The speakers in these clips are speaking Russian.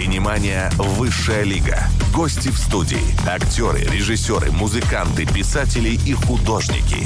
Синемания «Высшая лига». Гости в студии. Актеры, режиссеры, музыканты, писатели и художники.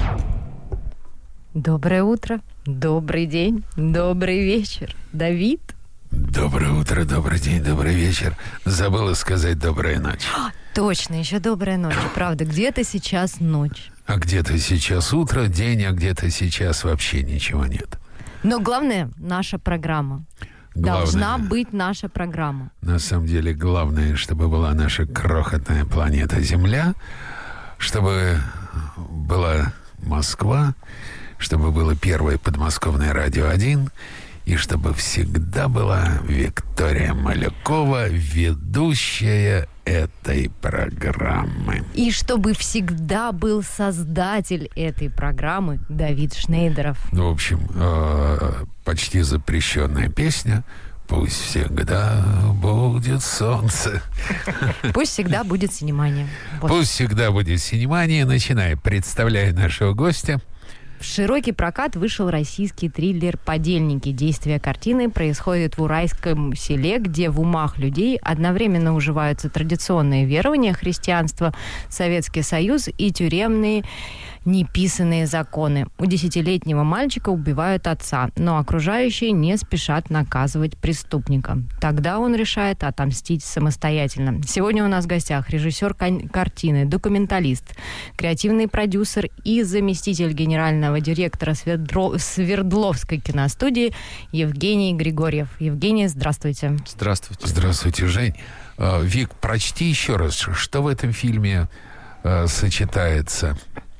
Доброе утро, добрый день, добрый вечер. Давид. Доброе утро, добрый день, добрый вечер. Забыла сказать добрая ночь. Точно, еще добрая ночь. Правда, где-то сейчас ночь. А где-то сейчас утро, день, а где-то сейчас вообще ничего нет. Но главное, наша программа. Должна быть наша программа. На самом деле, главное, чтобы была наша крохотная планета Земля, чтобы была Москва, чтобы было первое подмосковное радио 1, и чтобы всегда была Виктория Малюкова, ведущая этой программы. И чтобы всегда был создатель этой программы Давид Шнейдеров. В общем, почти запрещенная песня «Пусть всегда будет солнце». Пусть всегда будет синемания. Пусть всегда будет синемания. Начинай. Представляю нашего гостя. В широкий прокат вышел российский триллер «Подельники». Действие картины происходит в уральском селе, где в умах людей одновременно уживаются традиционные верования христианства, Советский Союз и тюремные неписанные законы. У 10-летнего мальчика убивают отца, но окружающие не спешат наказывать преступника. Тогда он решает отомстить самостоятельно. Сегодня у нас в гостях режиссер картины, документалист, креативный продюсер и заместитель генерального директора Свердловской киностудии Евгений Григорьев. Евгений, здравствуйте. Здравствуйте. Здравствуйте, Жень. Вик, прочти еще раз, что в этом фильме сочетается?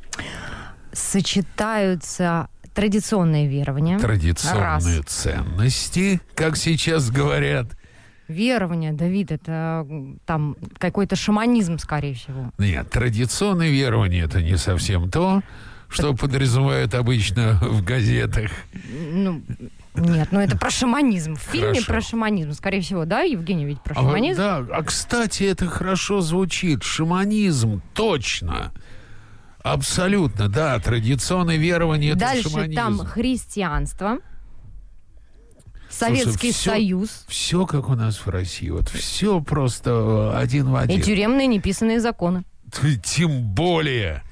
Сочетаются традиционные верования. Традиционные ценности, как сейчас говорят. Верование, Давид, это там какой-то шаманизм, скорее всего. Нет, традиционные верования — это не совсем то, что подразумевают обычно в газетах. Нет, это про шаманизм. В фильме Хорошо. про шаманизм, скорее всего, да, Евгений, ведь про шаманизм? Да, кстати, это хорошо звучит. Шаманизм, точно. Абсолютно, да, традиционное верование — это дальше шаманизм. там христианство, Советский Союз. Все как у нас в России. Вот все просто один в один. И тюремные неписанные законы. Тем более.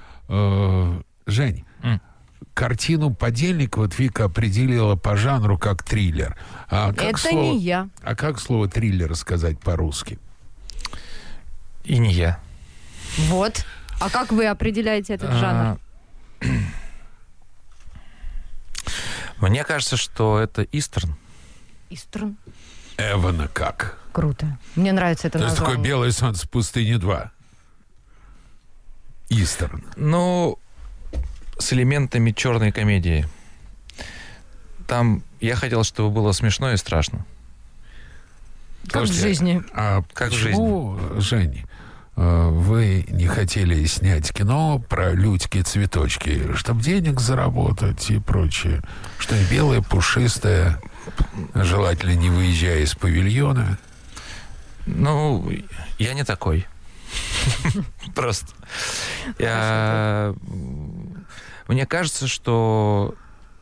Жень, картину «Подельник» вот Вика определила по жанру как триллер. Не я. А как слово «триллер» сказать по-русски? И не я. Вот. А как вы определяете этот жанр? Мне кажется, что это истерн. Истерн. Эвана как? Круто. Мне нравится это То есть название. такой «Белый солнце в пустыне 2». Истерн. С элементами черной комедии. Там я хотел, чтобы было смешно и страшно. Как в жизни. А Как в почему, Жень, вы не хотели снять кино про Людьки-цветочки, чтобы денег заработать и прочее? Что и белое, пушистое, желательно не выезжая из павильона? Я не такой. Просто. Мне кажется, что,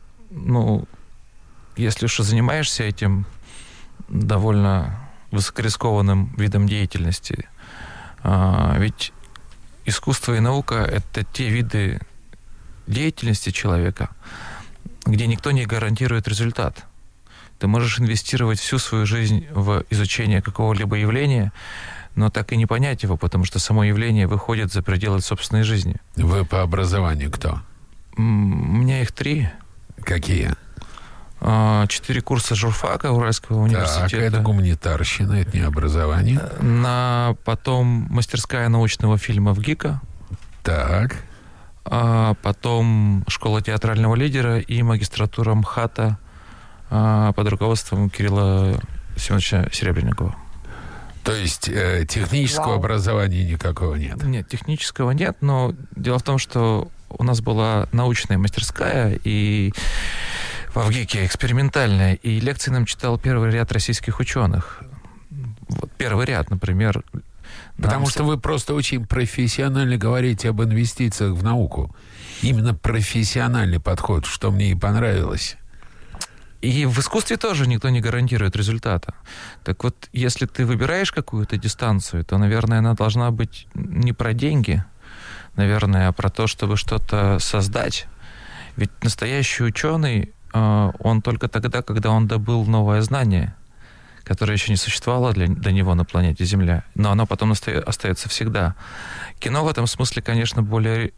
если уж и занимаешься этим довольно высокорискованным видом деятельности, ведь искусство и наука — это те виды деятельности человека, где никто не гарантирует результат. Ты можешь инвестировать всю свою жизнь в изучение какого-либо явления, но так и не понять его, потому что само явление выходит за пределы собственной жизни. Вы по образованию кто? У меня их 3. Какие? 4 курса журфака Уральского университета. Так, это гуманитарщина, это не образование. Потом мастерская научного фильма в ГИКа. Так. Потом школа театрального лидера и магистратура МХАТа под руководством Кирилла Семеновича Серебренникова. То есть технического образования никакого нет? Нет, технического нет, но дело в том, что у нас была научная мастерская и в ВГИКе экспериментальная, и лекции нам читал первый ряд российских ученых. Вот первый ряд, например. Потому что вы просто очень профессионально говорите об инвестициях в науку. Именно профессиональный подход, что мне и понравилось. И в искусстве тоже никто не гарантирует результата. Так вот, если ты выбираешь какую-то дистанцию, то, наверное, она должна быть не про деньги, наверное, а про то, чтобы что-то создать. Ведь настоящий ученый, он только тогда, когда он добыл новое знание, которое еще не существовало до него на планете Земля, но оно потом остается всегда. Кино в этом смысле, конечно, более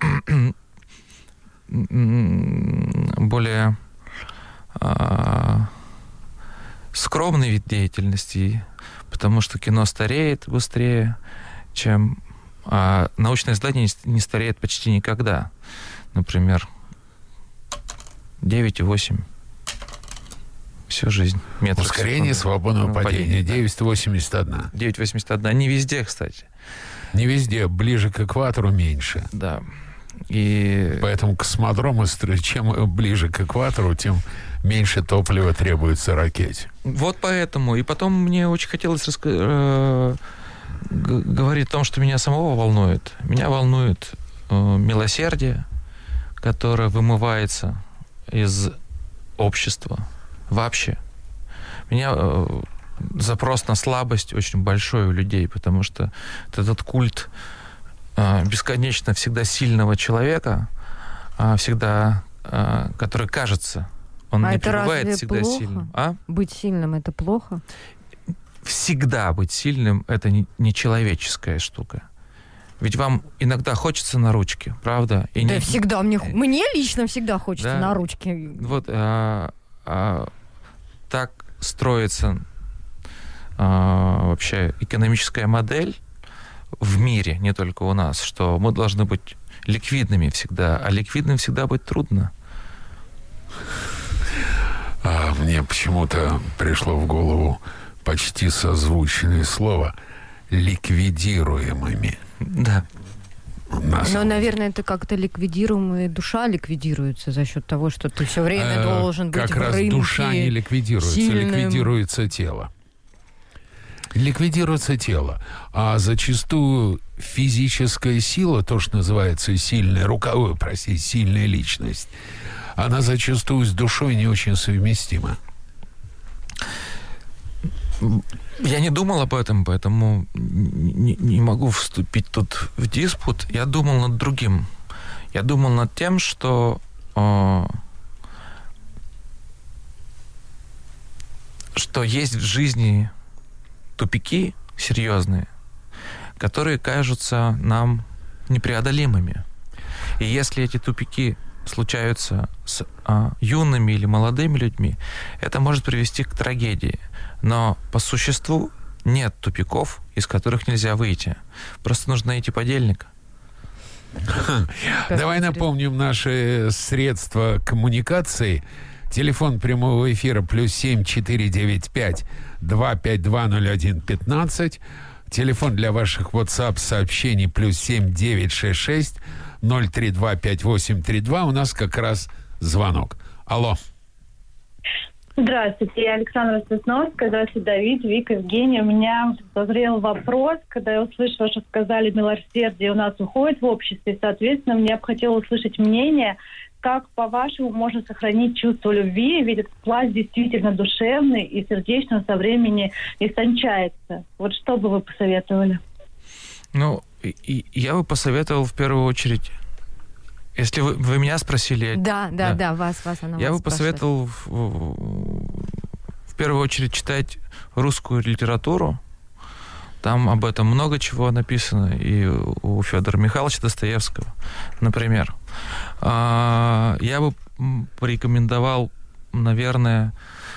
скромный вид деятельности, потому что кино стареет быстрее, чем научное издание не стареет почти никогда. Например, 9,8 всю жизнь. Ускорение свободного падения. 9,81. 9,81. Не везде, кстати. Не везде. Ближе к экватору меньше. Да. И... Поэтому космодром, чем ближе к экватору, тем меньше топлива требуется ракете. Вот поэтому. И потом мне очень хотелось говорить о том, что меня самого волнует. Меня волнует милосердие, которое вымывается из общества вообще. У меня запрос на слабость очень большой у людей, потому что этот культ бесконечно всегда сильного человека, всегда, который кажется, он не пребывает всегда плохо? Сильным. Быть сильным — это плохо? Всегда быть сильным — это не человеческая штука. Ведь вам иногда хочется на ручки, правда? И да, всегда. Мне лично всегда хочется на ручки. Вот так строится вообще экономическая модель в мире, не только у нас, что мы должны быть ликвидными всегда, а ликвидным всегда быть трудно. Мне почему-то пришло в голову почти созвучное слово «ликвидируемыми». Да. Но, наверное, это как-то ликвидируемая душа ликвидируется за счет того, что ты все время должен быть как в раз рынке душа не ликвидируется, сильным. Ликвидируется тело. Ликвидируется тело. А зачастую физическая сила, то, что называется сильная сильная личность, она зачастую с душой не очень совместима. Я не думал об этом, поэтому не могу вступить тут в диспут. Я думал над другим. Я думал над тем, что есть в жизни тупики серьезные, которые кажутся нам непреодолимыми. И если эти тупики случаются с юными или молодыми людьми, это может привести к трагедии. Но по существу нет тупиков, из которых нельзя выйти. Просто нужно найти подельника. Давай напомним наши средства коммуникации. Телефон прямого эфира +7 495 252 0115. Телефон для ваших WhatsApp-сообщений +7 966 032 5832. У нас как раз звонок. Алло. Здравствуйте, я Александра Сосновская. Здравствуйте, Давид, Вика, Евгения. У меня созрел вопрос, когда я услышала, что сказали, милосердие у нас уходит в обществе. Соответственно, мне бы хотелось услышать мнение, как, по-вашему, можно сохранить чувство любви, ведь этот пласт действительно душевный и сердечный со времени истончается. Вот что бы вы посоветовали? Ну, я бы посоветовал в первую очередь, если вы меня спросили... Да, вас она Я вас бы посоветовал в первую очередь читать русскую литературу. Там об этом много чего написано. И у Федора Михайловича Достоевского, например. Я бы порекомендовал, наверное,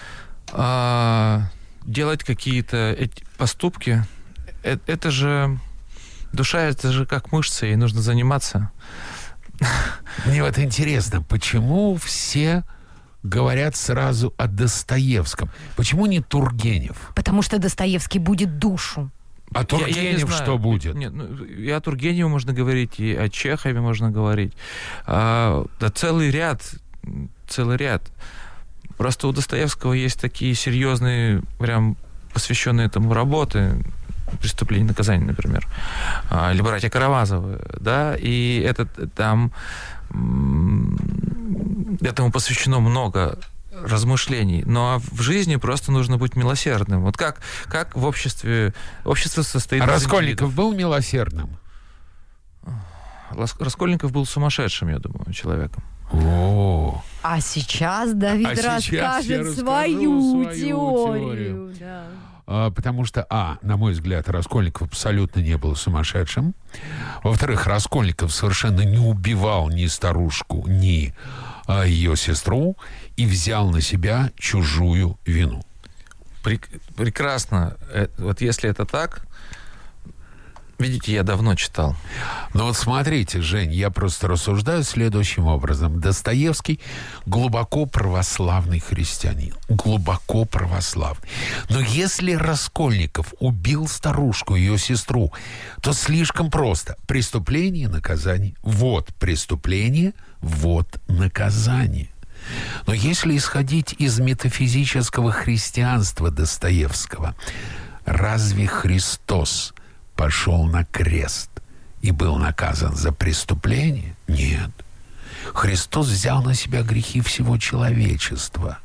делать какие-то поступки. Это же... Душа, это же как мышцы, ей нужно заниматься. Мне вот интересно, почему все говорят сразу о Достоевском? Почему не Тургенев? Потому что Достоевский будет душу. А Тургенев что будет? Нет, и о Тургеневе можно говорить, и о Чехове можно говорить. Да целый ряд. Просто у Достоевского есть такие серьезные, прям посвященные этому работы. «Преступление и наказание», например. Или «Братья Карамазовы», да, и там этому посвящено много размышлений. Но в жизни просто нужно быть милосердным. Вот как в обществе... Общество состоит... Раскольников был милосердным? Раскольников был сумасшедшим, я думаю, человеком. О. А сейчас Давид расскажет свою теорию. Да. Потому что, на мой взгляд, Раскольников абсолютно не был сумасшедшим. Во-вторых, Раскольников совершенно не убивал ни старушку, ни ее сестру и взял на себя чужую вину. Прекрасно. Вот если это так... Видите, я давно читал. Но вот смотрите, Жень, я просто рассуждаю следующим образом. Достоевский глубоко православный христианин. Глубоко православный. Но если Раскольников убил старушку, ее сестру, то слишком просто. Преступление, наказание. Вот преступление, вот наказание. Но если исходить из метафизического христианства Достоевского, разве Христос пошел на крест и был наказан за преступление? Нет. Христос взял на себя грехи всего человечества.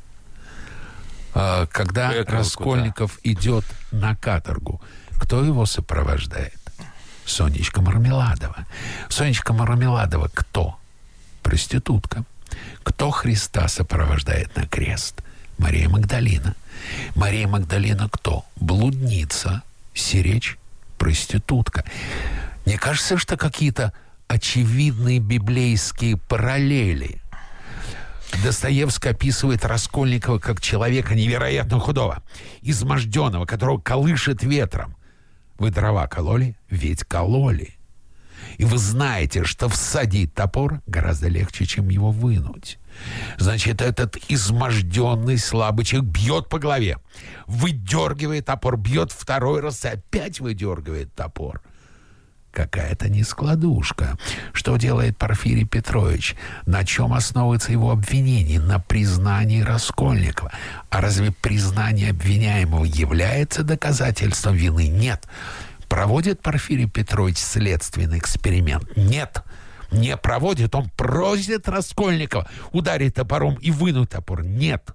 Когда Раскольников идет на каторгу, кто его сопровождает? Сонечка Мармеладова. Сонечка Мармеладова кто? Проститутка. Кто Христа сопровождает на крест? Мария Магдалина. Мария Магдалина кто? Блудница. Сиречь. Проститутка. Мне кажется, что какие-то очевидные библейские параллели. Достоевский описывает Раскольникова как человека невероятно худого, изможденного, которого колышет ветром. Вы дрова кололи? Ведь кололи. И вы знаете, что всадить топор гораздо легче, чем его вынуть. Значит, этот изможденный слабый человек бьет по голове, выдергивает топор, бьет второй раз и опять выдергивает топор. Какая-то нескладушка. Что делает Порфирий Петрович? На чем основывается его обвинение? На признании Раскольникова. А разве признание обвиняемого является доказательством вины? Нет. Проводит Порфирий Петрович следственный эксперимент? Нет. Не проводит, он просит Раскольникова ударить топором и вынуть топор. Нет.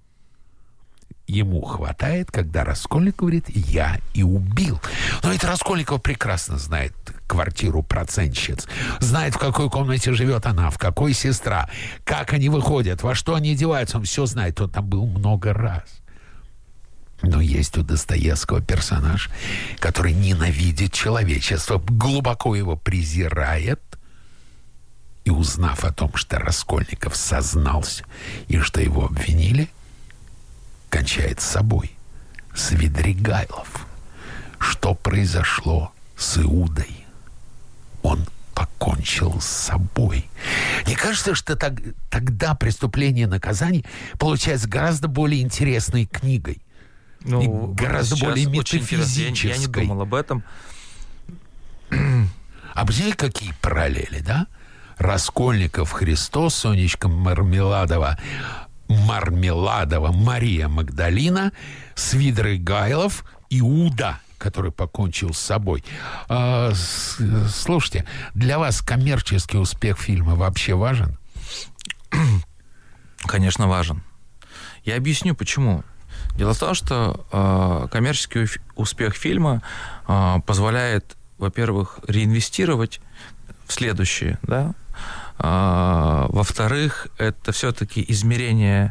Ему хватает, когда Раскольников говорит: я и убил. Но ведь Раскольников прекрасно знает квартиру процентщиц, знает, в какой комнате живет она, в какой сестра, как они выходят, во что они одеваются. Он все знает, он там был много раз. Но есть у Достоевского персонаж, который ненавидит человечество, глубоко его презирает, и, узнав о том, что Раскольников сознался и что его обвинили, кончает с собой. Свидригайлов. Что произошло с Иудой? Он покончил с собой. Мне кажется, что тогда «Преступление и наказание» получается гораздо более интересной книгой. И гораздо более метафизической. Я не думал об этом. А знаете, какие параллели, да? Раскольников, Христос, Сонечка Мармеладова, Мария Магдалина, Свидригайлов, Иуда, который покончил с собой. Слушайте, для вас коммерческий успех фильма вообще важен? Конечно, важен. Я объясню, почему. Дело в том, что коммерческий успех фильма позволяет, во-первых, реинвестировать в следующее, да. Во-вторых, это все-таки измерение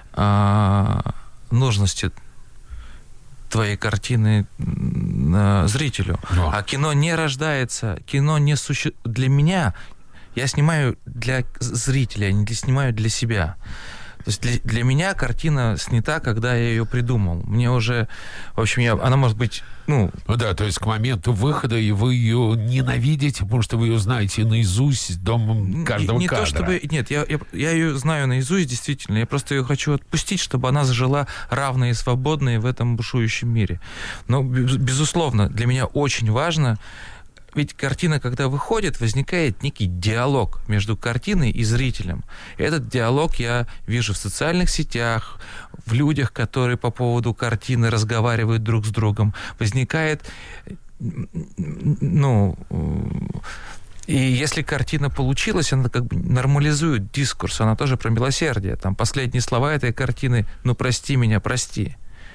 нужности твоей картины зрителю. Но. А кино не рождается, кино не существует. Для меня, я снимаю для зрителя, я не снимаю для себя. То есть для меня картина снята, когда я ее придумал. Мне уже, в общем, она может быть, Ну да, то есть к моменту выхода и вы ее ненавидите, потому что вы ее знаете наизусть до каждого кадра. То, чтобы... Нет, я ее знаю наизусть, действительно. Я просто ее хочу отпустить, чтобы она зажила равной и свободной в этом бушующем мире. Но, безусловно, для меня очень важно... Ведь картина, когда выходит, возникает некий диалог между картиной и зрителем. И этот диалог я вижу в социальных сетях, в людях, которые по поводу картины разговаривают друг с другом. Возникает, И если картина получилась, она как бы нормализует дискурс, она тоже про милосердие. Там последние слова этой картины «Ну, прости меня, прости».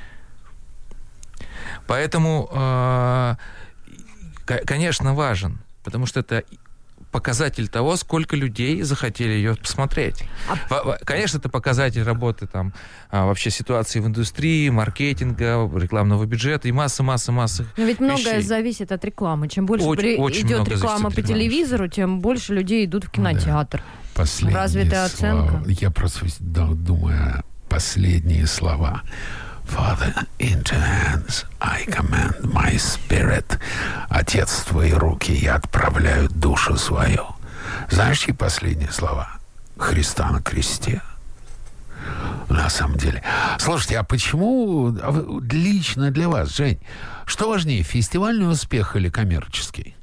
Поэтому, конечно, важен, потому что это показатель того, сколько людей захотели ее посмотреть. Конечно, это показатель работы там, вообще ситуации в индустрии, маркетинга, рекламного бюджета и масса. Но ведь многое зависит от рекламы. Чем больше идет реклама по телевизору, тем больше людей идут в кинотеатр. Последние Разве это оценка? Я просто думаю, последние слова. Father, into hands I command my spirit. Отец, в твои руки я отправляю душу свою. Знаешь, чьи последние слова? Христа на кресте. На самом деле. Слушайте, а почему лично для вас, Жень, что важнее, фестивальный успех или коммерческий?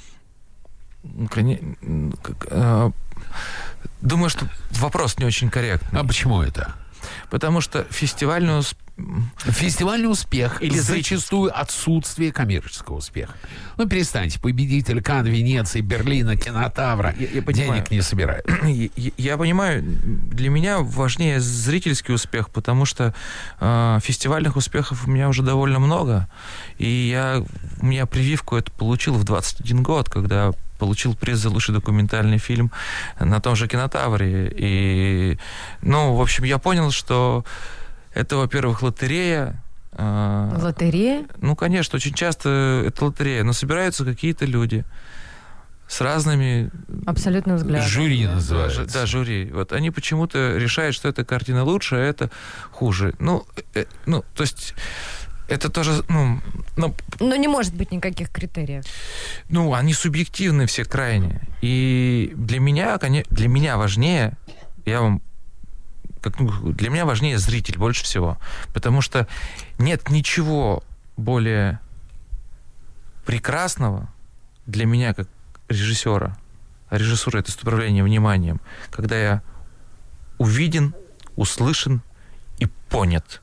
Думаю, что вопрос не очень корректный. А почему это? Потому что фестивальный успех или зачастую отсутствие коммерческого успеха. Ну, перестаньте. Победитель Канн, Венеции, Берлина, Кинотавра. Денег не собирают. Я понимаю, для меня важнее зрительский успех, потому что фестивальных успехов у меня уже довольно много. И у меня прививку это получил в 21 год, когда получил приз за лучший документальный фильм на том же Кинотавре. И, в общем, я понял, что это, во-первых, лотерея. Лотерея? Конечно, очень часто это лотерея. Но собираются какие-то люди с разными... Абсолютно взглядами. Жюри называется. Да, жюри. Вот они почему-то решают, что эта картина лучше, а это хуже. То есть... Это тоже, Но не может быть никаких критериев. Они субъективны все крайне. И для меня важнее, для меня важнее зритель больше всего. Потому что нет ничего более прекрасного для меня, как режиссера. А режиссура — это управление вниманием. Когда я увиден, услышан и понят.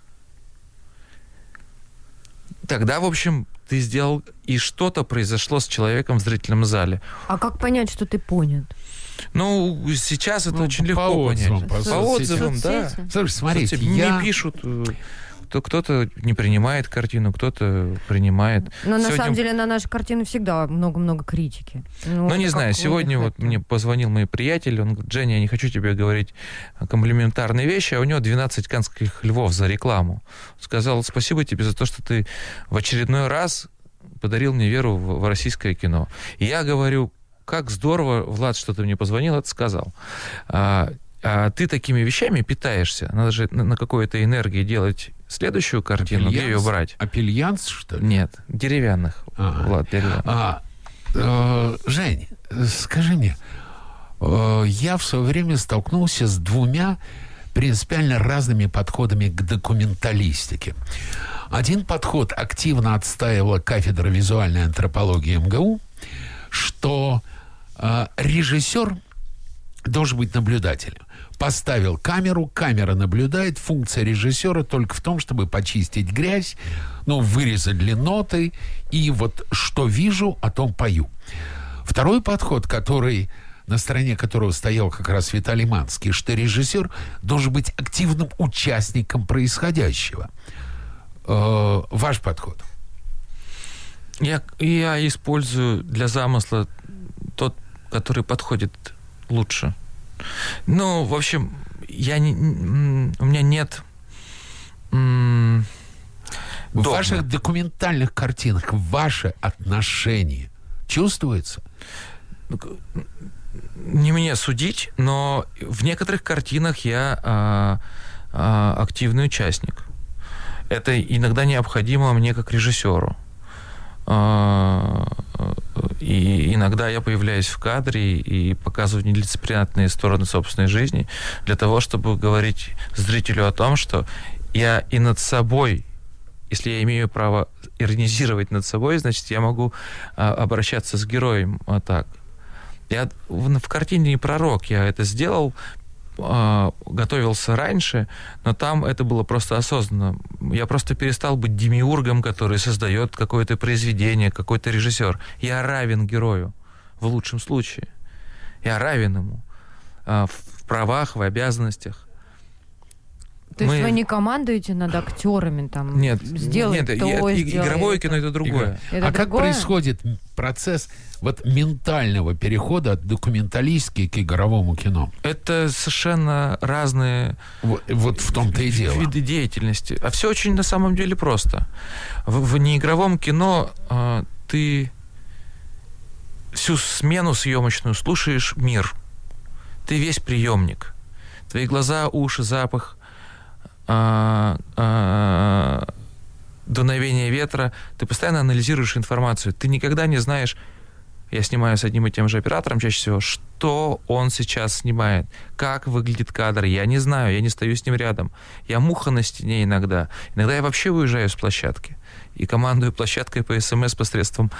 Тогда, в общем, ты сделал, и что-то произошло с человеком в зрительном зале. А как понять, что ты понят? Сейчас это очень легко понять. По отзывам, да. Слушай, смотрите, мне пишут, кто-то не принимает картину, кто-то принимает. Но на самом деле на наши картины всегда много-много критики. Не знаю, сегодня мне позвонил мой приятель, он говорит: Женя, я не хочу тебе говорить комплиментарные вещи, а у него 12 каннских львов за рекламу. Сказал: спасибо тебе за то, что ты в очередной раз подарил мне веру в российское кино. И я говорю: как здорово, Влад, что ты мне позвонил, это сказал. А ты такими вещами питаешься. Надо же на какой-то энергии делать следующую картину. Где ее брать? Апельянс, что ли? Нет, деревянных. Влад, деревянных. Жень, скажи мне, я в свое время столкнулся с двумя принципиально разными подходами к документалистике. Один подход активно отстаивала кафедра визуальной антропологии МГУ, что режиссер должен быть наблюдателем. Поставил камеру, камера наблюдает. Функция режиссера только в том, чтобы почистить грязь, вырезать длинноты, и вот что вижу, о том пою. Второй подход, на стороне которого стоял как раз Виталий Манский, что режиссер должен быть активным участником происходящего. Ваш подход? Я использую для замысла тот, который подходит лучше. В общем, у меня нет... В ваших документальных картинах ваше отношение чувствуется? Не мне судить, но в некоторых картинах я активный участник. Это иногда необходимо мне как режиссеру. И иногда я появляюсь в кадре и показываю нелицеприятные стороны собственной жизни для того, чтобы говорить зрителю о том, что я и над собой, если я имею право иронизировать над собой, значит, я могу обращаться с героем так. Я в картине «Пророк» я это сделал, готовился раньше, но там это было просто осознанно. Я просто перестал быть демиургом, который создает какое-то произведение, какой-то режиссер. Я равен герою. в лучшем случае. Я равен ему в правах, в обязанностях. То есть вы не командуете над актерами, там, нет, сделать то, игровое кино — это другое. Это как происходит процесс вот ментального перехода от документалистики к игровому кино? Это совершенно разные вот в том-то и дело. Виды деятельности. А все очень на самом деле просто. В неигровом кино ты всю смену съемочную слушаешь мир. Ты весь приемник. Твои глаза, уши, запах, дуновение ветра, ты постоянно анализируешь информацию. Ты никогда не знаешь, я снимаю с одним и тем же оператором чаще всего, что он сейчас снимает, как выглядит кадр. Я не знаю, я не стою с ним рядом. Я муха на стене иногда. Иногда я вообще уезжаю с площадки и командую площадкой по СМС посредством...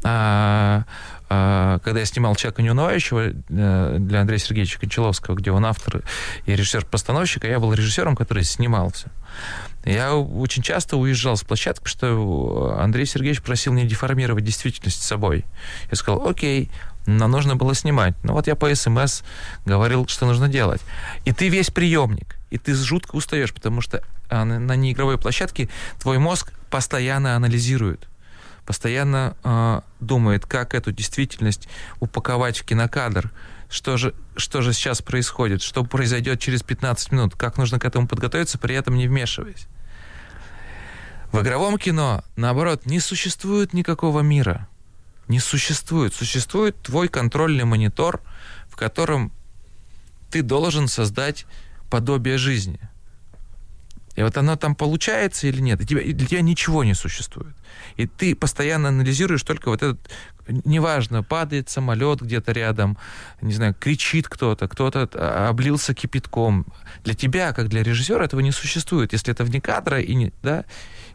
Когда я снимал «Чака неунывающего» для Андрея Сергеевича Кончаловского, где он автор и режиссер-постановщик, а я был режиссером, который снимал все. Я очень часто уезжал с площадки, потому что Андрей Сергеевич просил не деформировать действительность с собой. Я сказал: окей, но нужно было снимать. Ну вот я по СМС говорил, что нужно делать. И ты весь приемник, и ты жутко устаешь, потому что на неигровой площадке твой мозг постоянно анализирует, постоянно думает, как эту действительность упаковать в кинокадр, что же сейчас происходит, что произойдет через 15 минут, как нужно к этому подготовиться, при этом не вмешиваясь. В игровом кино, наоборот, не существует никакого мира. Не существует. Существует твой контрольный монитор, в котором ты должен создать подобие жизни. И вот оно там получается или нет, и для тебя ничего не существует. И ты постоянно анализируешь только вот этот... Неважно, падает самолет где-то рядом, не знаю, кричит кто-то облился кипятком. Для тебя, как для режиссера, этого не существует. Если это вне кадра, и не, да,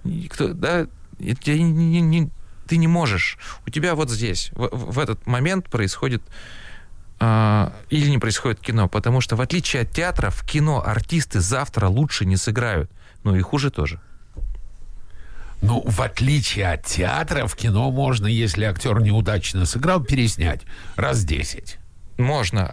ты не можешь. У тебя вот здесь, в этот момент происходит... или не происходит кино, потому что в отличие от театра, в кино артисты завтра лучше не сыграют, ну и хуже тоже. Ну, в отличие от театра, в кино можно, если актер неудачно сыграл, переснять раз 10. Можно.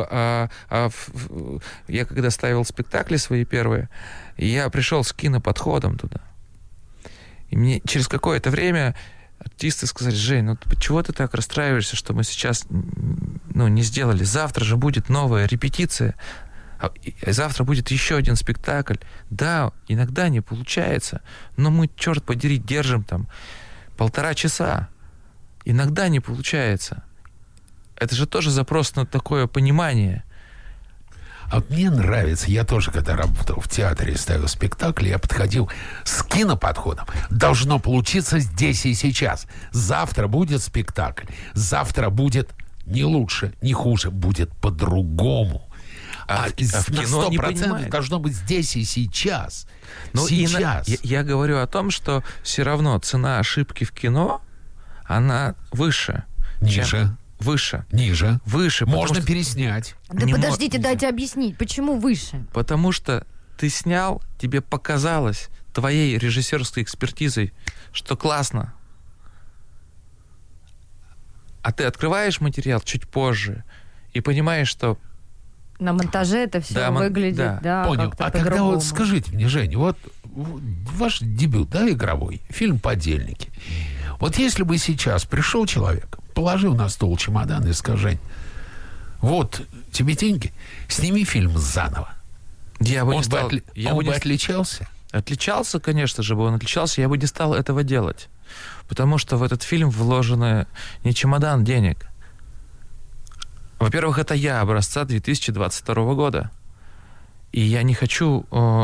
Я когда ставил спектакли свои первые, я пришел с киноподходом туда. И мне через какое-то время артисты сказали: Жень, ну чего ты так расстраиваешься, что мы сейчас не сделали? Завтра же будет новая репетиция, завтра будет еще один спектакль. Да, иногда не получается, но мы, черт подери, держим там 1,5 часа. Иногда не получается. Это же тоже запрос на такое понимание. А вот мне нравится, я тоже, когда работал в театре, ставил спектакли, я подходил с киноподходом. Должно получиться здесь и сейчас. Завтра будет спектакль. Завтра будет не лучше, не хуже, будет по-другому. А в кино 100% должно быть здесь и сейчас. Сейчас. Я говорю о том, что все равно цена ошибки в кино, она выше. Ниже. Выше. Ниже. Выше. Можно переснять. Да подождите, дайте объяснить, почему выше? Потому что ты снял, тебе показалось твоей режиссерской экспертизой, что классно. А ты открываешь материал чуть позже и понимаешь, что на монтаже это все выглядит, понял. А тогда вот скажите мне, Женя, вот ваш дебют, игровой, фильм «Подельники». Вот если бы сейчас пришел человек, положил на стол чемодан и сказал: Жень, вот тебе деньги, сними фильм заново. Он бы отличался? Отличался, конечно же, он отличался, я бы не стал этого делать. Потому что в этот фильм вложено не чемодан денег. Во-первых, это я образца 2022 года. И я не хочу...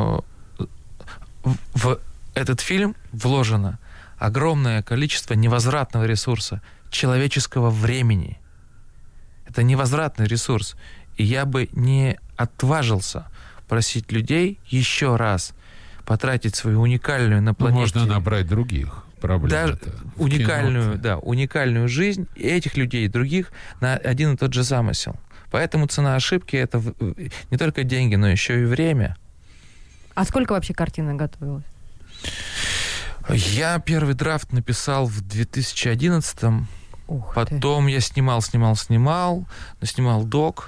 в этот фильм вложено огромное количество невозвратного ресурса, человеческого времени. Это невозвратный ресурс. И я бы не отважился просить людей еще раз потратить свою уникальную на планете... Можно набрать других. Даже уникальную жизнь этих людей и других на один и тот же замысел. Поэтому цена ошибки — это не только деньги, но еще и время. А сколько вообще картина готовилась? Я первый драфт написал в 2011-м. Потом я снимал, снимал док,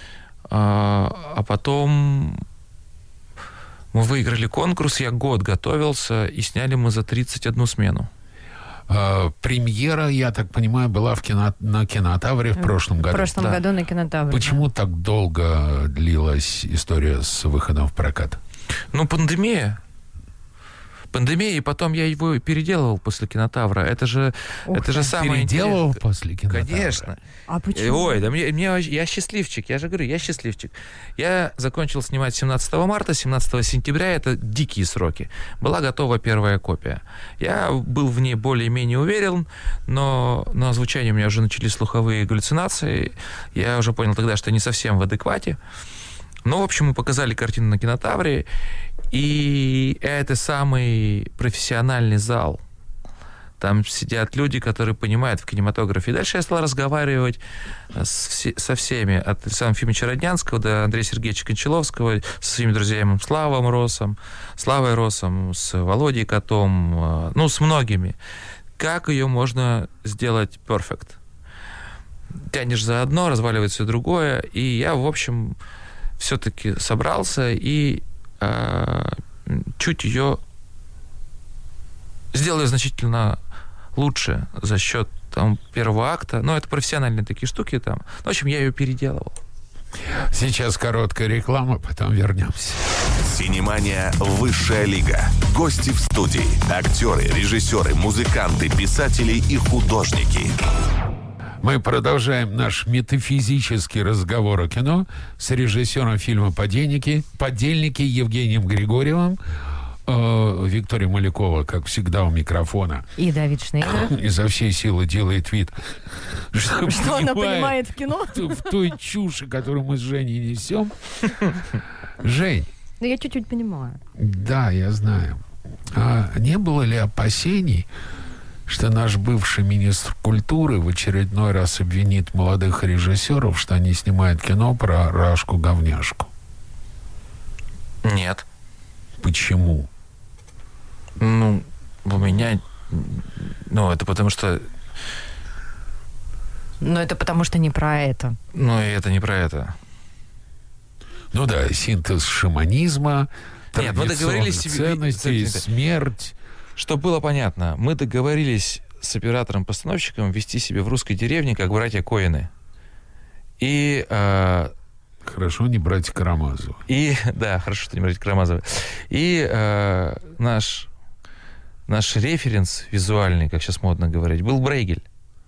а потом мы выиграли конкурс, я год готовился, и сняли мы за 31 смену. Премьера, я так понимаю, была на Кинотавре в прошлом году. В прошлом году на Кинотавре. Почему так долго длилась история с выходом в прокат? Пандемия, и потом я его переделывал после Кинотавра. Это же самое Переделывал интересное. после Кинотавра? Конечно. А почему? Ой, да я счастливчик, я же говорю, я счастливчик. Я закончил снимать 17 марта, 17 сентября, это дикие сроки. Была готова первая копия. Я был в ней более-менее уверен, но на озвучании у меня уже начались слуховые галлюцинации. Я уже понял тогда, что не совсем в адеквате. В общем, мы показали картину на Кинотавре, и это самый профессиональный зал. Там сидят люди, которые понимают в кинематографе. И дальше я стал разговаривать со всеми, от Александра Ефимовича Роднянского до Андрея Сергеевича Кончаловского, со своими друзьями Славой Росом, с Володей Котом, с многими. Как ее можно сделать перфект? Тянешь за одно, разваливается все другое. И я, в общем, все-таки собрался и чуть ее сделал ее значительно лучше за счет первого акта. Это профессиональные такие штуки там. В общем, я ее переделывал. Сейчас короткая реклама, потом вернемся. Синемания «Высшая лига». Гости в студии. Актеры, режиссеры, музыканты, писатели и художники. Мы продолжаем наш метафизический разговор о кино с режиссером фильма «Подельники» Евгением Григорьевым, Виктория Малякова, как всегда, у микрофона. И Давид Шнейдер. Изо всей силы делает вид, что она понимает в кино. В той чуши, которую мы с Женей несем. Жень. Я чуть-чуть понимаю. Да, я знаю. А не было ли опасений, что наш бывший министр культуры в очередной раз обвинит молодых режиссеров, что они снимают кино про Рашку-говняшку? Нет. Почему? У меня... это потому что... Это потому что не про это. И это не про это. Синтез шаманизма, традиционных ценностей, смерть... Чтобы было понятно, мы договорились с оператором-постановщиком вести себя в русской деревне, как братья Коэны. И... Хорошо не братья Карамазовы. Хорошо, что не братья Карамазовы. И наш референс визуальный, как сейчас модно говорить, был Брейгель.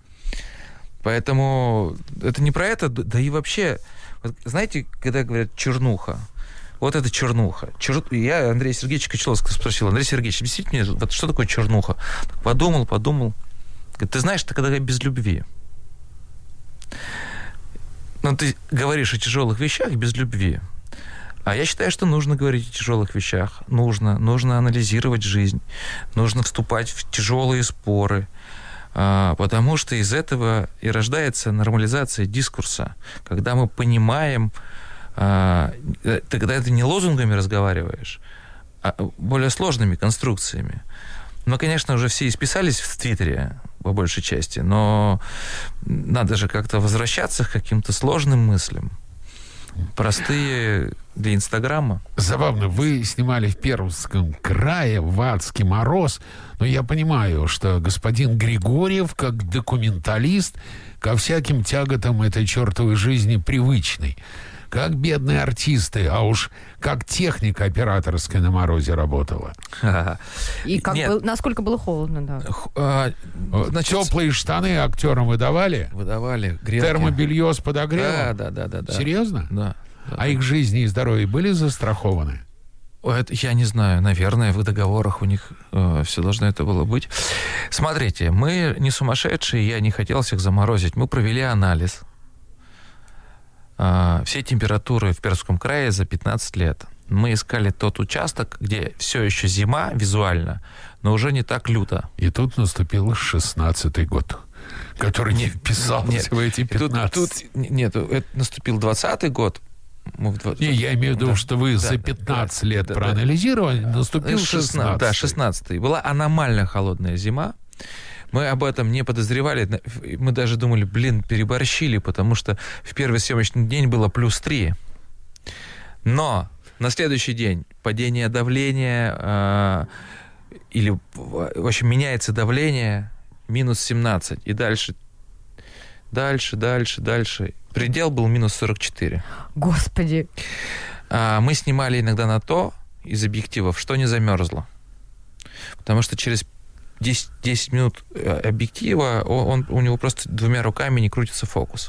Поэтому это не про это, да и вообще... Знаете, когда говорят «чернуха», вот это чернуха. Я Андрея Сергеевича Кончаловского спросил: Андрей Сергеевич, объясните мне, что такое чернуха? Подумал. Говорит, ты знаешь, это когда без любви. Ты говоришь о тяжелых вещах без любви. А я считаю, что нужно говорить о тяжелых вещах. Нужно анализировать жизнь. Нужно вступать в тяжелые споры. Потому что из этого и рождается нормализация дискурса. Когда мы понимаем... Когда ты не лозунгами разговариваешь, а более сложными конструкциями. Конечно, уже все исписались в Твиттере, по большей части, но надо же как-то возвращаться к каким-то сложным мыслям. Простые для Инстаграма. Забавно, вы снимали в Пермском крае, в адский мороз, но я понимаю, что господин Григорьев, как документалист, ко всяким тяготам этой чертовой жизни привычный. Как бедные артисты, а уж как техника операторская на морозе работала. И насколько было холодно, да. Теплые штаны актерам выдавали? Выдавали. Грелки. Термобелье с подогревом? Да. Серьезно? Да. А их жизни и здоровье были застрахованы? Это я не знаю. Наверное, в договорах у них все должно это было быть. Смотрите, мы не сумасшедшие, я не хотел всех заморозить. Мы провели анализ. Все температуры в Пермском крае за 15 лет. Мы искали тот участок, где все еще зима визуально, но уже не так люто. И тут наступил 16-й год, который не вписался в эти 15. Это наступил 20-й год. Я имею в виду, что вы за 15 лет проанализировали, наступил 16-й. Да, 16-й. Была аномально холодная зима. Мы об этом не подозревали. Мы даже думали, переборщили, потому что в первый съемочный день было +3. Но на следующий день падение давления, или, в общем, меняется давление, -17. И дальше. Предел был -44. Господи. Мы снимали иногда на то, из объективов, что не замерзло. Потому что через 10 минут объектива у него просто 2 руками не крутится фокус.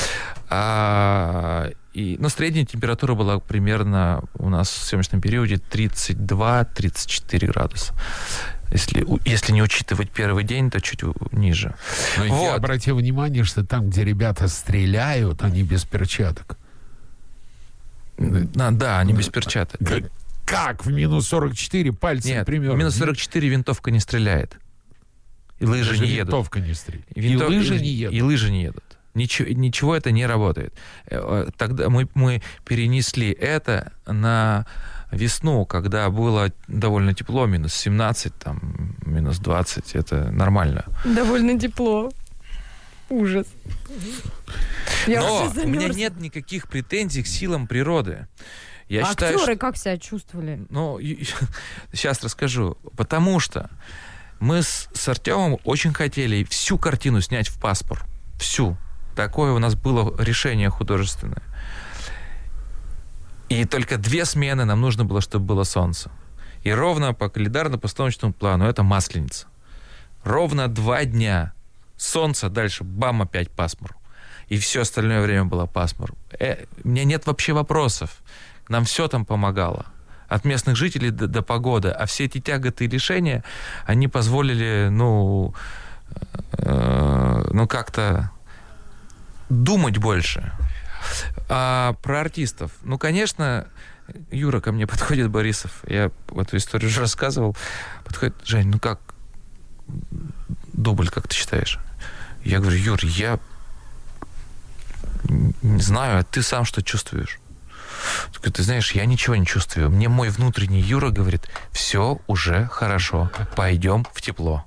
Но средняя температура была примерно у нас в съемочном периоде 32-34 градуса. Если не учитывать первый день, то чуть ниже. Но я обратил внимание, что там, где ребята стреляют, они без перчаток. Да, они без перчаток. Как в -44 пальцем? Нет, примерно? в -44 винтовка не стреляет. И лыжи не едут. Винтовка не стреляет. И лыжи не едут. Ничего это не работает. Тогда мы перенесли это на весну, когда было довольно тепло, -17, там, -20. Это нормально. Довольно тепло. Ужас. Но у меня нет никаких претензий к силам природы. Я считаю, актеры как себя чувствовали? Сейчас расскажу. Потому что мы с Артемом очень хотели всю картину снять в паспорт. Всю. Такое у нас было решение художественное. И только 2 смены нам нужно было, чтобы было солнце. И ровно по календарно-постановочному плану это Масленица. Ровно 2 дня. Солнце, дальше бам, опять пасмур. И все остальное время было пасмур. У меня нет вообще вопросов. Нам все там помогало. От местных жителей до погоды. А все эти тяготы и лишения, они позволили, как-то думать больше. А про артистов. Конечно, Юра ко мне подходит, Борисов. Я эту историю уже рассказывал. Подходит: Жень, как дубль, как ты считаешь? Я говорю: Юр, я не знаю, а ты сам что чувствуешь? Ты знаешь, я ничего не чувствую. Мне мой внутренний Юра говорит: все уже хорошо, пойдем в тепло.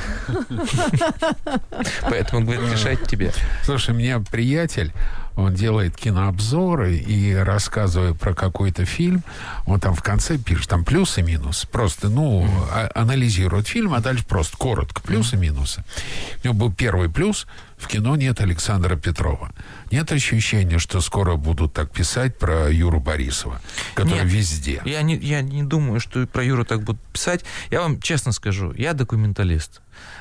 Поэтому, говорит, решать тебе. Слушай, у меня приятель, он делает кинообзоры, и рассказывая про какой-то фильм, он там в конце пишет, там плюс и минус. Просто, анализирует фильм, а дальше просто коротко плюсы и минусы. У него был первый плюс: в кино нет Александра Петрова. Нет ощущения, что скоро будут так писать про Юру Борисова, который везде. Я не думаю, что про Юру так будут писать. Я вам честно скажу, я документалист.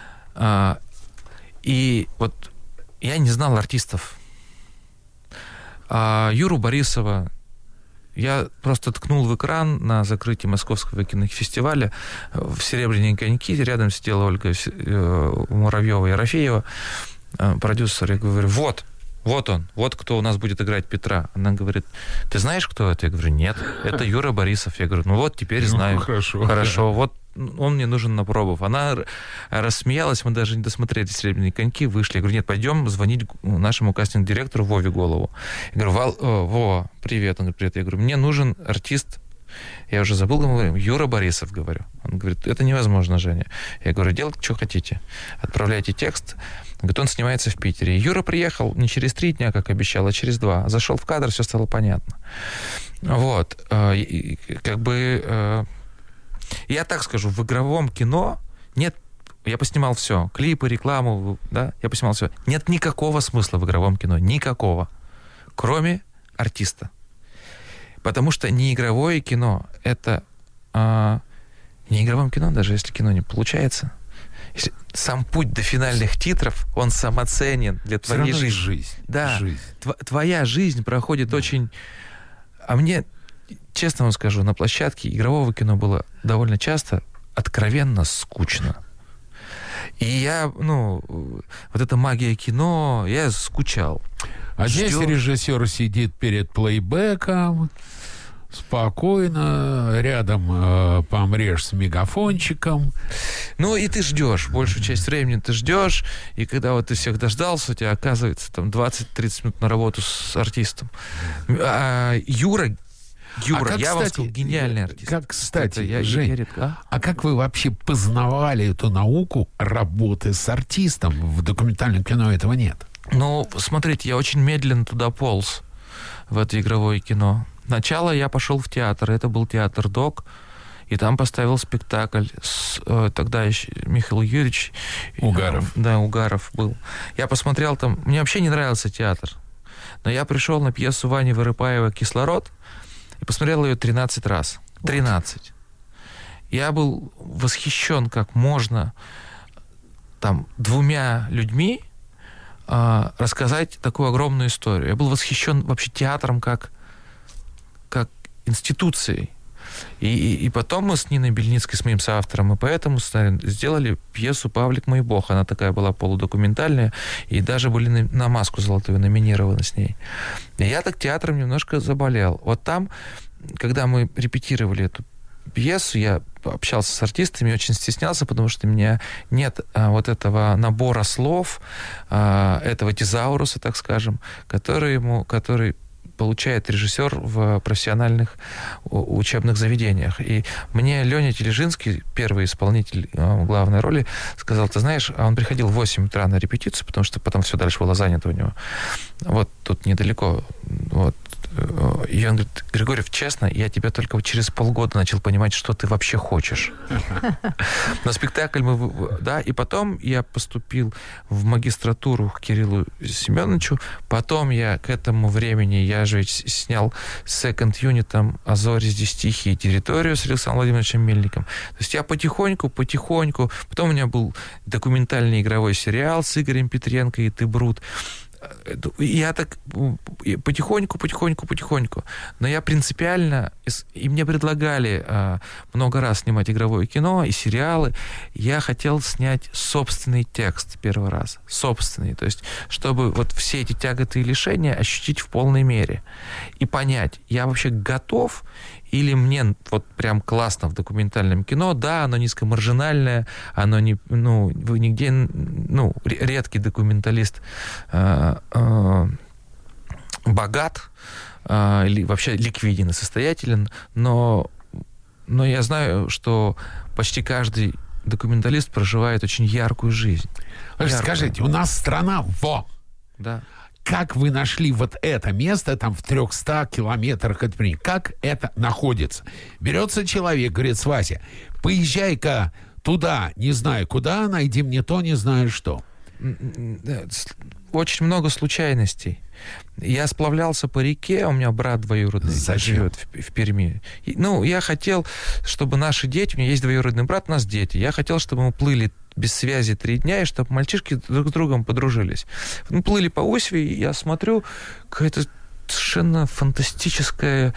И вот я не знал артистов. Юру Борисова я просто ткнул в экран на закрытии Московского кинофестиваля в «Серебряные коньки». Рядом сидела Ольга Муравьева-Ерофеева, продюсер. Я говорю: вот он, вот кто у нас будет играть Петра. Она говорит: ты знаешь, кто это? Я говорю: нет, это Юра Борисов. Я говорю: теперь знаю. Хорошо, вот он мне нужен на пробу. Она рассмеялась, мы даже не досмотрели «Серебряные коньки», вышли. Я говорю: нет, пойдем звонить нашему кастинг-директору Вове Голову. Я говорю: Вова, привет. Он говорит: привет. Я говорю: мне нужен артист. Я уже забыл, говорю: Юра Борисов, говорю. Он говорит: это невозможно, Женя. Я говорю: делайте, что хотите. Отправляйте текст. Говорит: он снимается в Питере. Юра приехал не через 3 дня, как обещал, а через 2. Зашел в кадр, все стало понятно. Я так скажу, в игровом кино нет... Я поснимал все. Клипы, рекламу, да, я поснимал все. Нет никакого смысла в игровом кино. Никакого. Кроме артиста. Потому что неигровое кино — это... неигровом кино, даже если кино не получается, если сам путь до финальных титров, он самоценен для твоей жизни. Жизнь. Да. Твоя жизнь проходит очень... А мне, честно вам скажу, на площадке игрового кино было довольно часто откровенно скучно. И я, вот эта магия кино, я скучал. А здесь режиссер сидит перед плейбеком, спокойно, рядом помрешь с мегафончиком. И ты ждешь. Большую часть времени ты ждешь, и когда вот ты всех дождался, у тебя оказывается там 20-30 минут на работу с артистом. А Юра, Юра, как, я вам кстати, сказал, гениальный артист. Как, кстати, Это Жень, а как вы вообще познавали эту науку работы с артистом? В документальном кино этого нет. Ну, смотрите, я очень медленно туда полз, в это игровое кино. Сначала я пошел в театр, это был театр ДОК, и там поставил спектакль. Тогда еще Михаил Юрьевич... Угаров. Да, Угаров был. Я посмотрел там... Мне вообще не нравился театр. Но я пришел на пьесу Вани Вырыпаева «Кислород» и посмотрел ее 13 раз. 13. Я был восхищен, как можно там 2 людьми рассказать такую огромную историю. Я был восхищен вообще театром как институцией. И потом мы с Ниной Бельницкой, с моим соавтором и поэтому сделали пьесу «Павлик мой бог». Она такая была полудокументальная, и даже были на «Маску золотую» номинированы с ней. И я так театром немножко заболел. Вот там, когда мы репетировали эту пьесу, я общался с артистами, очень стеснялся, потому что у меня нет вот этого набора слов, этого тезауруса, так скажем, который получает режиссер в профессиональных учебных заведениях. И мне Леня Тележинский, первый исполнитель главной роли, сказал, ты знаешь, он приходил в 8 утра на репетицию, потому что потом все дальше было занято у него. Вот тут недалеко. Вот. И он говорит, Григорьев, честно, я тебя только через полгода начал понимать, что ты вообще хочешь. На спектакль да, и потом я поступил в магистратуру к Кириллу Семеновичу, потом я к этому времени, я же снял second юнитом «А зори здесь тихие» территорию с Александром Владимировичем Мельником. То есть я потихоньку, потом у меня был документальный игровой сериал с Игорем Петренко и «Ты брут». Я так потихоньку. Но я принципиально... И мне предлагали много раз снимать игровое кино и сериалы. Я хотел снять собственный текст первый раз. Собственный. То есть, чтобы вот все эти тяготы и лишения ощутить в полной мере. И понять, я вообще готов или мне вот прям классно в документальном кино, да, оно низкомаржинальное, оно не, вы нигде, редкий документалист богат или вообще ликвиден и состоятелен, но я знаю, что почти каждый документалист проживает очень яркую жизнь. Скажите, у нас страна Да. Как вы нашли вот это место, там в 300 километрах от Перми? Как это находится? Берется человек, говорит, Вася, поезжай-ка туда, не знаю куда, найди мне то, не знаю что. Очень много случайностей. Я сплавлялся по реке, у меня брат двоюродный живет в Перми. Я хотел, чтобы наши дети, у меня есть двоюродный брат, у нас дети, я хотел, чтобы мы плыли без связи 3 дня, и чтобы мальчишки друг с другом подружились. Мы плыли по Осьве, и я смотрю, какая-то совершенно фантастическая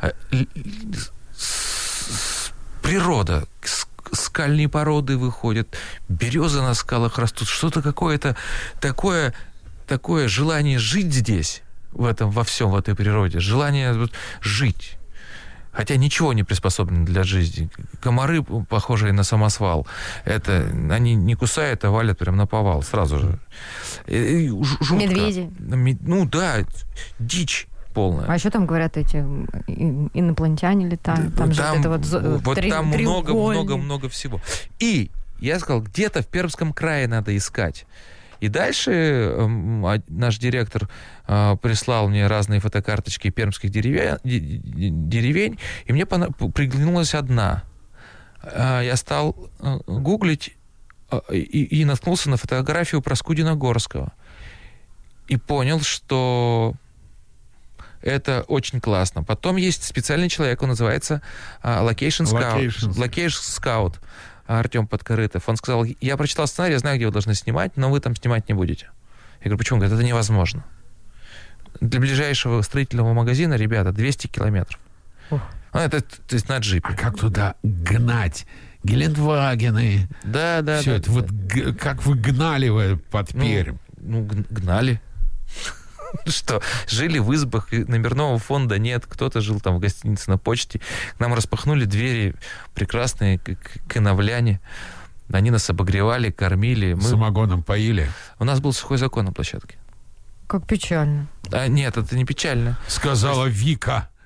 природа. Скальные породы выходят, березы на скалах растут, что-то какое-то такое желание жить здесь, во всем, в этой природе, желание жить. Хотя ничего не приспособлено для жизни. Комары, похожие на самосвал, они не кусают, а валят прям на повал сразу же. Жутко. Медведи. Да, дичь полная. А еще там, говорят, эти инопланетяне летают? Там же там много всего. И я сказал, где-то в Пермском крае надо искать. И дальше наш директор прислал мне разные фотокарточки пермских деревень, и мне приглянулась одна. Я стал гуглить и наткнулся на фотографию Проскудина-Горского. И понял, что это очень классно. Потом есть специальный человек, он называется Location Scout. Артем Подкорытов. Он сказал, я прочитал сценарий, я знаю, где вы должны снимать, но вы там снимать не будете. Я говорю, почему? Говорит, это невозможно. Для ближайшего строительного магазина, ребята, 200 километров. Это то есть на джипе. А как туда гнать? Гелендвагены. Да. Все это вот как вы гнали под Пермь? Гнали. Что, жили в избах, номерного фонда нет, кто-то жил там в гостинице на почте. К нам распахнули двери прекрасные кановляне. Они нас обогревали, кормили. Самогоном поили? У нас был сухой закон на площадке. Как печально. Нет, это не печально. Сказала Вика.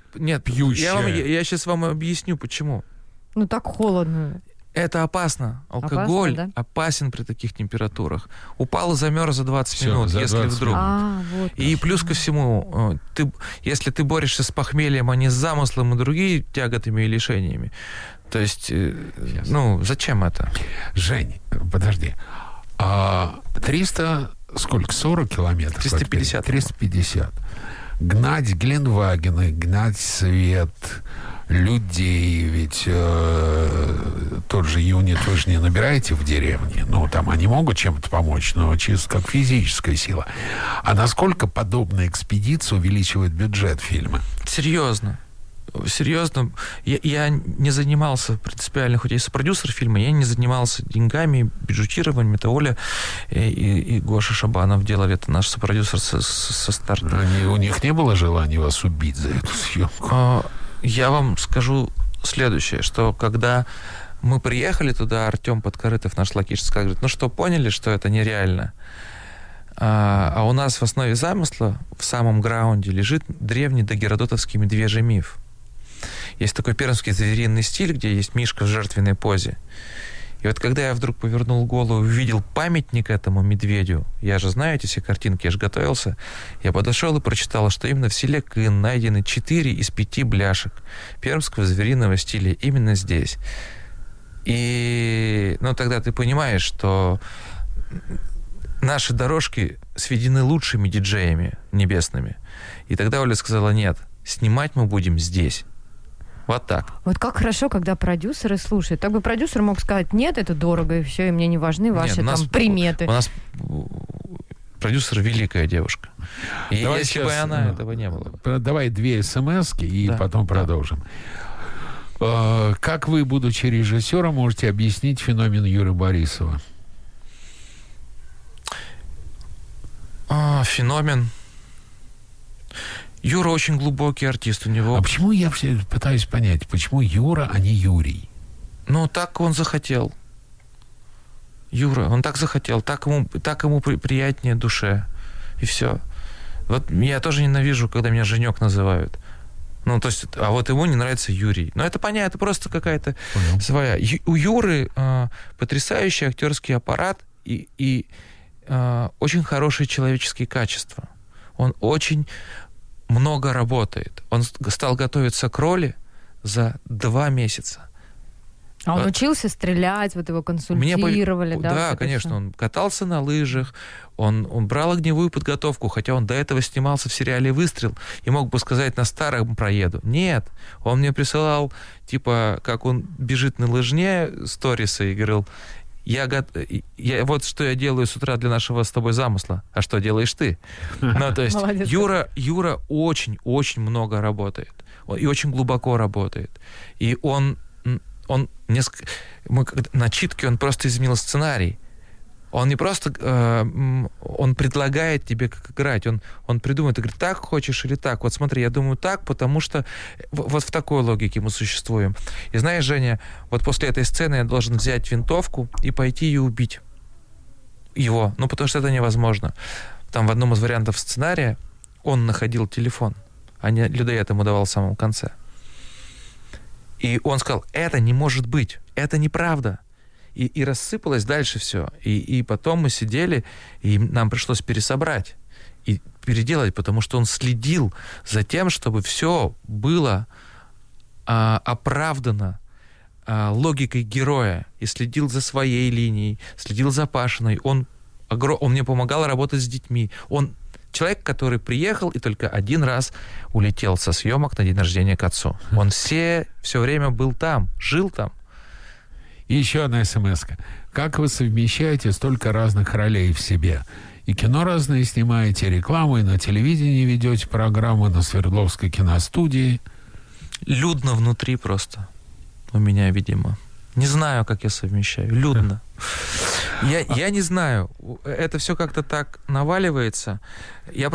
Нет, пьющая. я сейчас вам объясню, почему. Ну, так холодно. Это опасно. Алкоголь Опасно, да? опасен при таких температурах. Упал и замерз за 20 Всё, минут, за если 20 вдруг. Вот. И плюс ко всему, если ты борешься с похмельем, а не с замыслом и другими тяготами и лишениями, то есть, зачем это? Жень, подожди. 300, сколько, 40 километров? 350. 350. Гнать Гленвагены, гнать свет, людей, ведь тот же юнит вы же не набираете в деревне. Ну, там они могут чем-то помочь, но чисто как физическая сила. А насколько подобная экспедиция увеличивает бюджет фильма? Серьезно. Я не занимался принципиально, хоть я и сопродюсер фильма, я не занимался деньгами, бюджетированием. Это Оля и Гоша Шабанов делали, это наш сопродюсер со старта. У них не было желания вас убить за эту съемку? Я вам скажу следующее, что когда мы приехали туда, Артем Подкорытов, наш лакиш, сказал, говорит, поняли, что это нереально? А у нас в основе замысла, в самом граунде, лежит древний дагеродотовский медвежий миф. Есть такой пермский звериный стиль, где есть мишка в жертвенной позе. И вот когда я вдруг повернул голову и увидел памятник этому медведю, я же знаю эти все картинки, я же готовился, я подошел и прочитал, что именно в селе Кын найдены 4 из 5 бляшек пермского звериного стиля именно здесь. И, тогда ты понимаешь, что наши дорожки сведены лучшими диджеями небесными. И тогда Оля сказала, нет, снимать мы будем здесь. Вот так. Вот как хорошо, когда продюсеры слушают. Так бы продюсер мог сказать, нет, это дорого, и все, и мне не важны ваши приметы. У нас продюсер великая девушка. И давай если бы она, этого не было. Давай 2 смс-ки и потом продолжим. Как вы, будучи режиссером, можете объяснить феномен Юры Борисова? Феномен. Юра очень глубокий артист. У него... А почему я все пытаюсь понять, почему Юра, а не Юрий? Так он захотел. Юра, он так захотел, так ему приятнее душе. И все. Вот я тоже ненавижу, когда меня Женек называют. А вот ему не нравится Юрий. Это понятно, это просто какая-то своя. У Юры потрясающий актерский аппарат и очень хорошие человеческие качества. Он очень много работает. Он стал готовиться к роли за 2 месяца. А он учился стрелять, его консультировали, да? Да, конечно. Он катался на лыжах, он брал огневую подготовку, хотя он до этого снимался в сериале «Выстрел» и мог бы сказать, на старом проеду. Нет, он мне присылал, как он бежит на лыжне, сторисы, и говорил, вот что я делаю с утра для нашего с тобой замысла, а что делаешь ты? То есть Юра очень-очень много работает. И очень глубоко работает. И на читке он просто изменил сценарий. Он не просто... он предлагает тебе, как играть. Он придумает, ты говорит, так хочешь или так? Вот смотри, я думаю так, потому что вот в такой логике мы существуем. И знаешь, Женя, вот после этой сцены я должен взять винтовку и пойти и убить его. Потому что это невозможно. Там в одном из вариантов сценария он находил телефон, а не людоед ему давал в самом конце. И он сказал, это не может быть, это неправда. И рассыпалось дальше все. И потом мы сидели, и нам пришлось пересобрать и переделать, потому что он следил за тем, чтобы все было оправдано логикой героя. И следил за своей линией, следил за Пашиной. Он мне помогал работать с детьми. Он человек, который приехал и только 1 раз улетел со съемок на день рождения к отцу. Он все время был там, жил там. И еще одна смс-ка. Как вы совмещаете столько разных ролей в себе? И кино разные снимаете, рекламу, и на телевидении ведете программу, на Свердловской киностудии. Людно внутри просто. У меня, видимо. Не знаю, как я совмещаю. Людно. Я не знаю. Это все как-то так наваливается. Я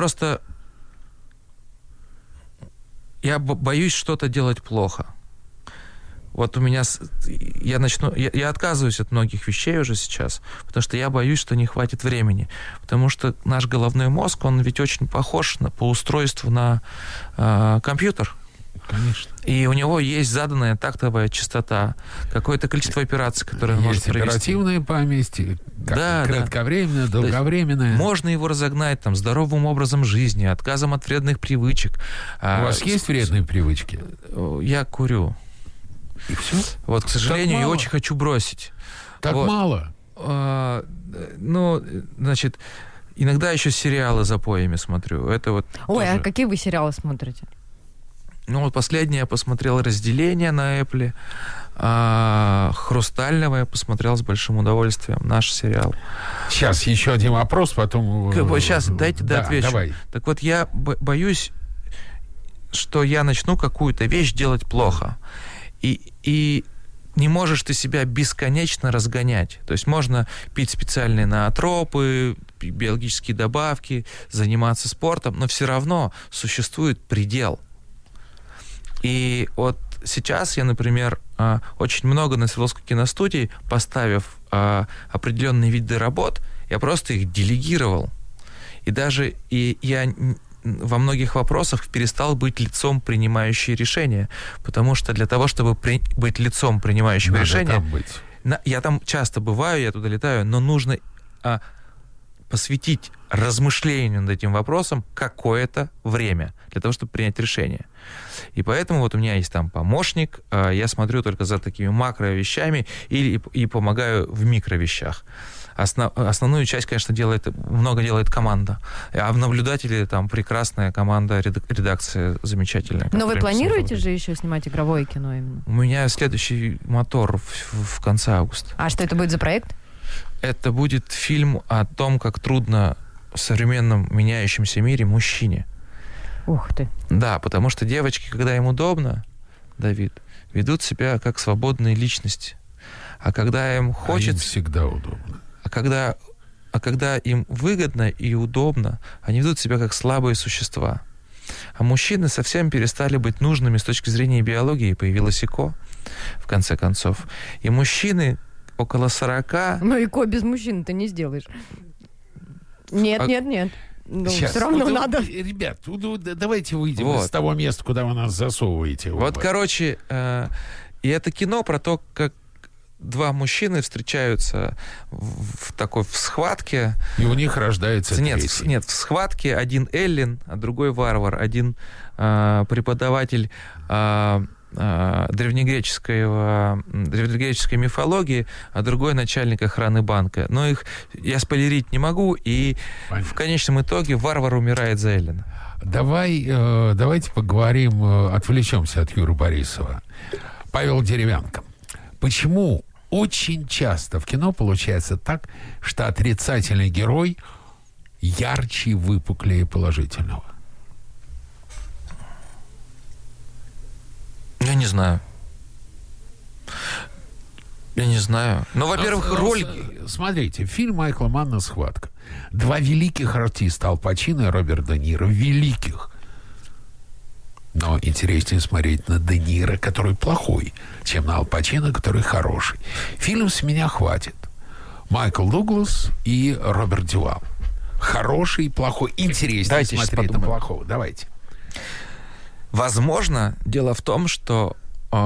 боюсь что-то делать плохо. Вот у меня... Я отказываюсь от многих вещей уже сейчас, потому что я боюсь, что не хватит времени. Потому что наш головной мозг, он ведь очень похож по устройству на компьютер. Конечно. И у него есть заданная тактовая частота, какое-то количество операций, которые он может провести. Оперативная память, кратковременная, долговременная. Можно его разогнать там здоровым образом жизни, отказом от вредных привычек. У вас есть вредные привычки? Я курю. И все? Вот, к сожалению, я очень хочу бросить. Так вот. мало? Значит, иногда еще сериалы за поями смотрю. Это вот Ой, тоже... а какие вы сериалы смотрите? Вот последнее я посмотрел «Разделение» на Apple. «Хрустального» я посмотрел с большим удовольствием. Наш сериал. Сейчас еще один вопрос, потом... Сейчас, дайте отвечу. Давай. Так вот, я боюсь, что я начну какую-то вещь делать плохо. И не можешь ты себя бесконечно разгонять. То есть можно пить специальные ноотропы, биологические добавки, заниматься спортом, но все равно существует предел. И вот сейчас я, например, очень много на Свердловской киностудии, поставив определенные виды работ, я просто их делегировал. И я во многих вопросах перестал быть лицом, принимающим решения. Потому что для того, чтобы быть лицом, принимающим решения... Я там часто бываю, я туда летаю, но нужно посвятить размышлению над этим вопросом какое-то время для того, чтобы принять решение. И поэтому вот у меня есть там помощник, я смотрю только за такими макровещами и помогаю в микровещах. Основную часть, конечно, много делает команда. А в наблюдателе там прекрасная команда, редакция замечательная. Но вы планируете же еще снимать игровое кино именно? У меня следующий мотор в конце августа. А что это будет за проект? Это будет фильм о том, как трудно в современном меняющемся мире мужчине. Ух ты. Да, потому что девочки, когда им удобно, Давид, ведут себя как свободные личности. А когда им хочется... им всегда удобно. А когда им выгодно и удобно, они ведут себя как слабые существа. А мужчины совсем перестали быть нужными с точки зрения биологии. Появилось ЭКО, в конце концов. И мужчины около 40... Ну, ЭКО без мужчин ты не сделаешь. Нет. Ну, сейчас, все равно надо. Ребят, давайте выйдем из того места, куда вы нас засовываете. Вот, короче, и это кино про то, как два мужчины встречаются в схватке. И у них рождается третий. Нет, в схватке один Эллин, а другой варвар. Один преподаватель древнегреческой мифологии, а другой начальник охраны банка. Но их я спойлерить не могу, и в конечном итоге варвар умирает за Эллина. Давайте поговорим, отвлечемся от Юры Борисова. Павел Деревянко. Почему очень часто в кино получается так, что отрицательный герой ярче и выпуклее положительного? Я не знаю. Ну, во-первых, роль... Смотрите, фильм Майкла Манна «Схватка». Два великих артиста, Аль Пачино и Роберт Де Ниро. Великих. Но интереснее смотреть на Де Ниро, который плохой, чем на Аль Пачино, который хороший. Фильм «С меня хватит». Майкл Дуглас и Роберт Дювал. Хороший и плохой. Интереснее смотреть на плохого. Давайте. Возможно, дело в том, что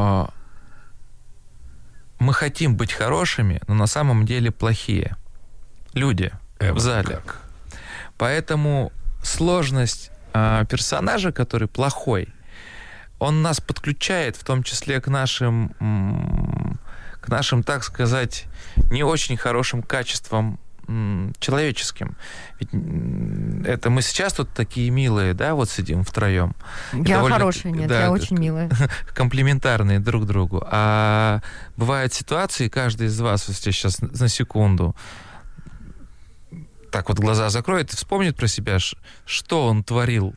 мы хотим быть хорошими, но на самом деле плохие люди в зале. Как? Поэтому сложность персонажа, который плохой, он нас подключает, в том числе к нашим, так сказать, не очень хорошим качествам человеческим. Ведь это мы сейчас тут такие милые, да, вот сидим втроем. Я хорошая, нет, я очень милая. Комплементарные друг другу. А бывают ситуации, каждый из вас, если сейчас на секунду так вот глаза закроет и вспомнит про себя, что он творил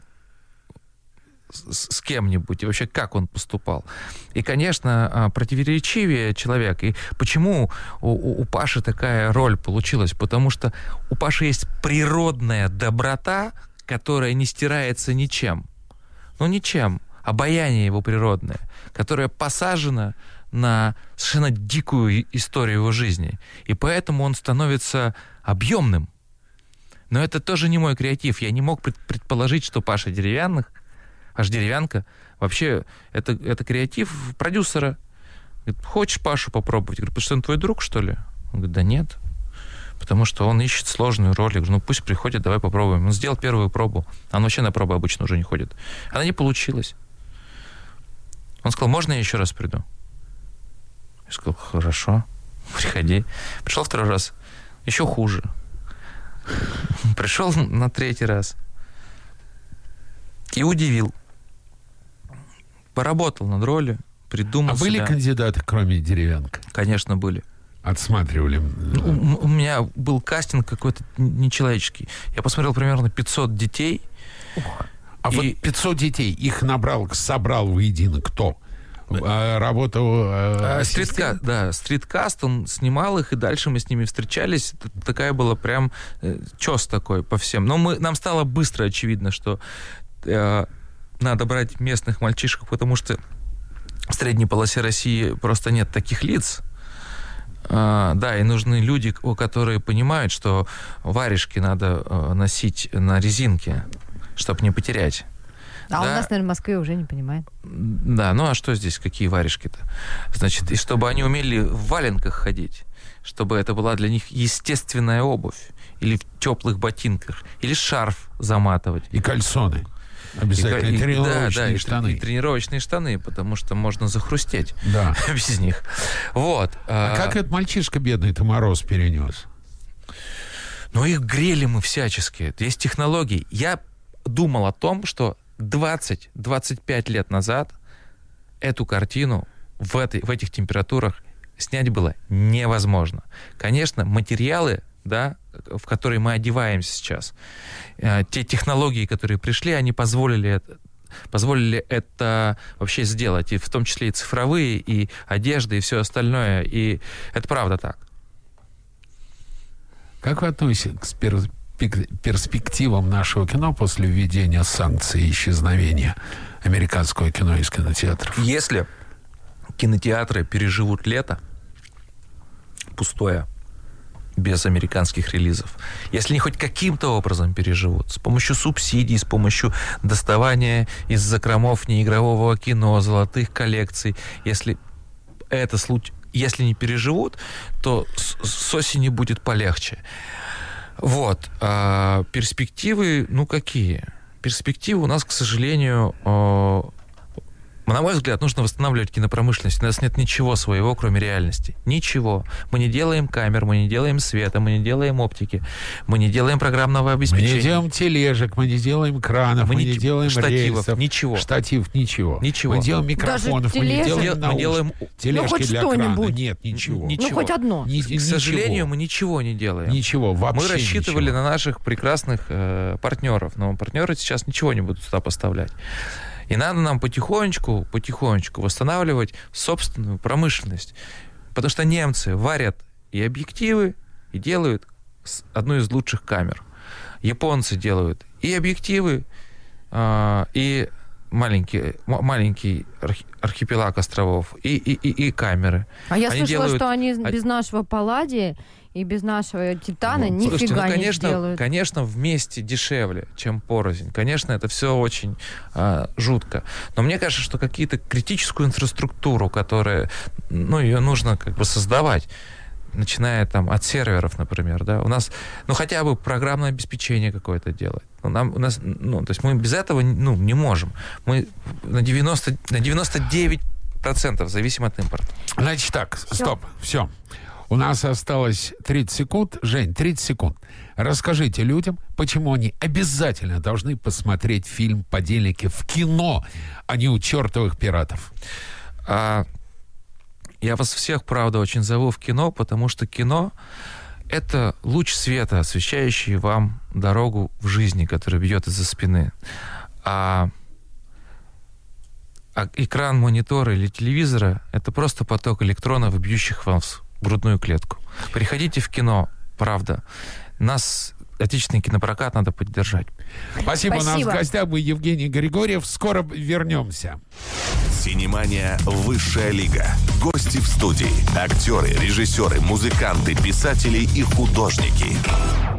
с кем-нибудь, и вообще как он поступал. И, конечно, противоречивее человек. И почему у Паши такая роль получилась? Потому что у Паши есть природная доброта, которая не стирается ничем. Ну, ничем. Обаяние его природное, которое посажено на совершенно дикую историю его жизни. И поэтому он становится объемным. Но это тоже не мой креатив. Я не мог предположить, что Паша Деревянных Аж деревянка. Вообще, это креатив продюсера. Говорит, хочешь Пашу попробовать? Говорит, потому что он твой друг, что ли? Он говорит, да нет. Потому что он ищет сложную роль. Я говорю, ну пусть приходит, давай попробуем. Он сделал первую пробу. Он вообще на пробу обычно уже не ходит. Она не получилась. Он сказал, можно я еще раз приду? Я сказал, хорошо, приходи. Пришел второй раз. Еще хуже. Пришел на третий раз. И удивил. Поработал над ролью, придумал были себя. Кандидаты, кроме деревянка? Конечно, были. Отсматривали? У меня был кастинг какой-то нечеловеческий. Я посмотрел примерно 500 детей. А вот 500 детей, их собрал воедино кто? Работал... Стриткаст, он снимал их, и дальше мы с ними встречались. Такая была прям чёс такой по всем. Но нам стало быстро очевидно, что надо брать местных мальчишек, потому что в средней полосе России просто нет таких лиц. Да, и нужны люди, которые понимают, что варежки надо носить на резинке, чтобы не потерять. А да. У нас, наверное, в Москве уже не понимает. Да, ну а что здесь, какие варежки-то? Значит, и чтобы они умели в валенках ходить, чтобы это была для них естественная обувь, или в теплых ботинках, или шарф заматывать. И кальсоны. Обязательно. Тренировочные штаны. И тренировочные штаны, потому что можно захрустеть да. без них. Вот. А как этот мальчишка бедный-то мороз перенес? Ну, их грели мы всячески. Есть технологии. Я думал о том, что 20-25 лет назад эту картину в этих температурах снять было невозможно. Конечно, материалы, да, в которые мы одеваемся сейчас, те технологии, которые пришли, они позволили это вообще сделать, и в том числе и цифровые, и одежда, и все остальное, и это правда так. Как вы относитесь к перспективам нашего кино после введения санкций и исчезновения американского кино из кинотеатров? Если кинотеатры переживут лето пустое, без американских релизов, если они хоть каким-то образом переживут, с помощью субсидий, с помощью доставания из закромов неигрового кино, золотых коллекций, если не переживут, то с осени будет полегче. Вот. А перспективы, какие? Перспективы у нас, к сожалению, на мой взгляд, нужно восстанавливать кинопромышленность. У нас нет ничего своего, кроме реальности. Ничего. Мы не делаем камер, мы не делаем света, мы не делаем оптики, мы не делаем программного обеспечения. Мы не делаем тележек, мы не делаем кранов, мы не делаем штативов, рельсов. ничего. Штатив, ничего. Ничего. Мы делаем микрофонов, мы не делаем наушников. Мы делаем тележки для крана. Нет, ничего. Хоть одно. К сожалению, мы ничего не делаем. Ничего, вообще Мы рассчитывали на наших прекрасных партнеров, но партнеры сейчас ничего не будут сюда поставлять. И надо нам потихонечку восстанавливать собственную промышленность. Потому что немцы варят и объективы, и делают одну из лучших камер. Японцы делают и объективы, и маленький архипелаг островов, и камеры. А я слышала, что они без нашего палладия и без нашего титана нифига не сделают. Конечно, вместе дешевле, чем порознь. Конечно, это все очень жутко. Но мне кажется, что какие-то критическую инфраструктуру, которая, ее нужно создавать, начиная от серверов, например, да, у нас, хотя бы программное обеспечение какое-то делать. То есть мы без этого, не можем. Мы на 99% зависим от импорта. Значит так, стоп, все. У нас осталось 30 секунд. Жень, 30 секунд. Расскажите людям, почему они обязательно должны посмотреть фильм «Подельники» в кино, а не у чертовых пиратов. Я вас всех, правда, очень зову в кино, потому что кино — это луч света, освещающий вам дорогу в жизни, который бьет из-за спины. А экран монитора или телевизора — это просто поток электронов, бьющих вам в грудную клетку. Приходите в кино, правда. Нас, отечественный кинопрокат, надо поддержать. Спасибо. У нас в гостях был Евгений Григорьев. Скоро вернемся. Синемания «Высшая лига». Гости в студии. Актеры, режиссеры, музыканты, писатели и художники.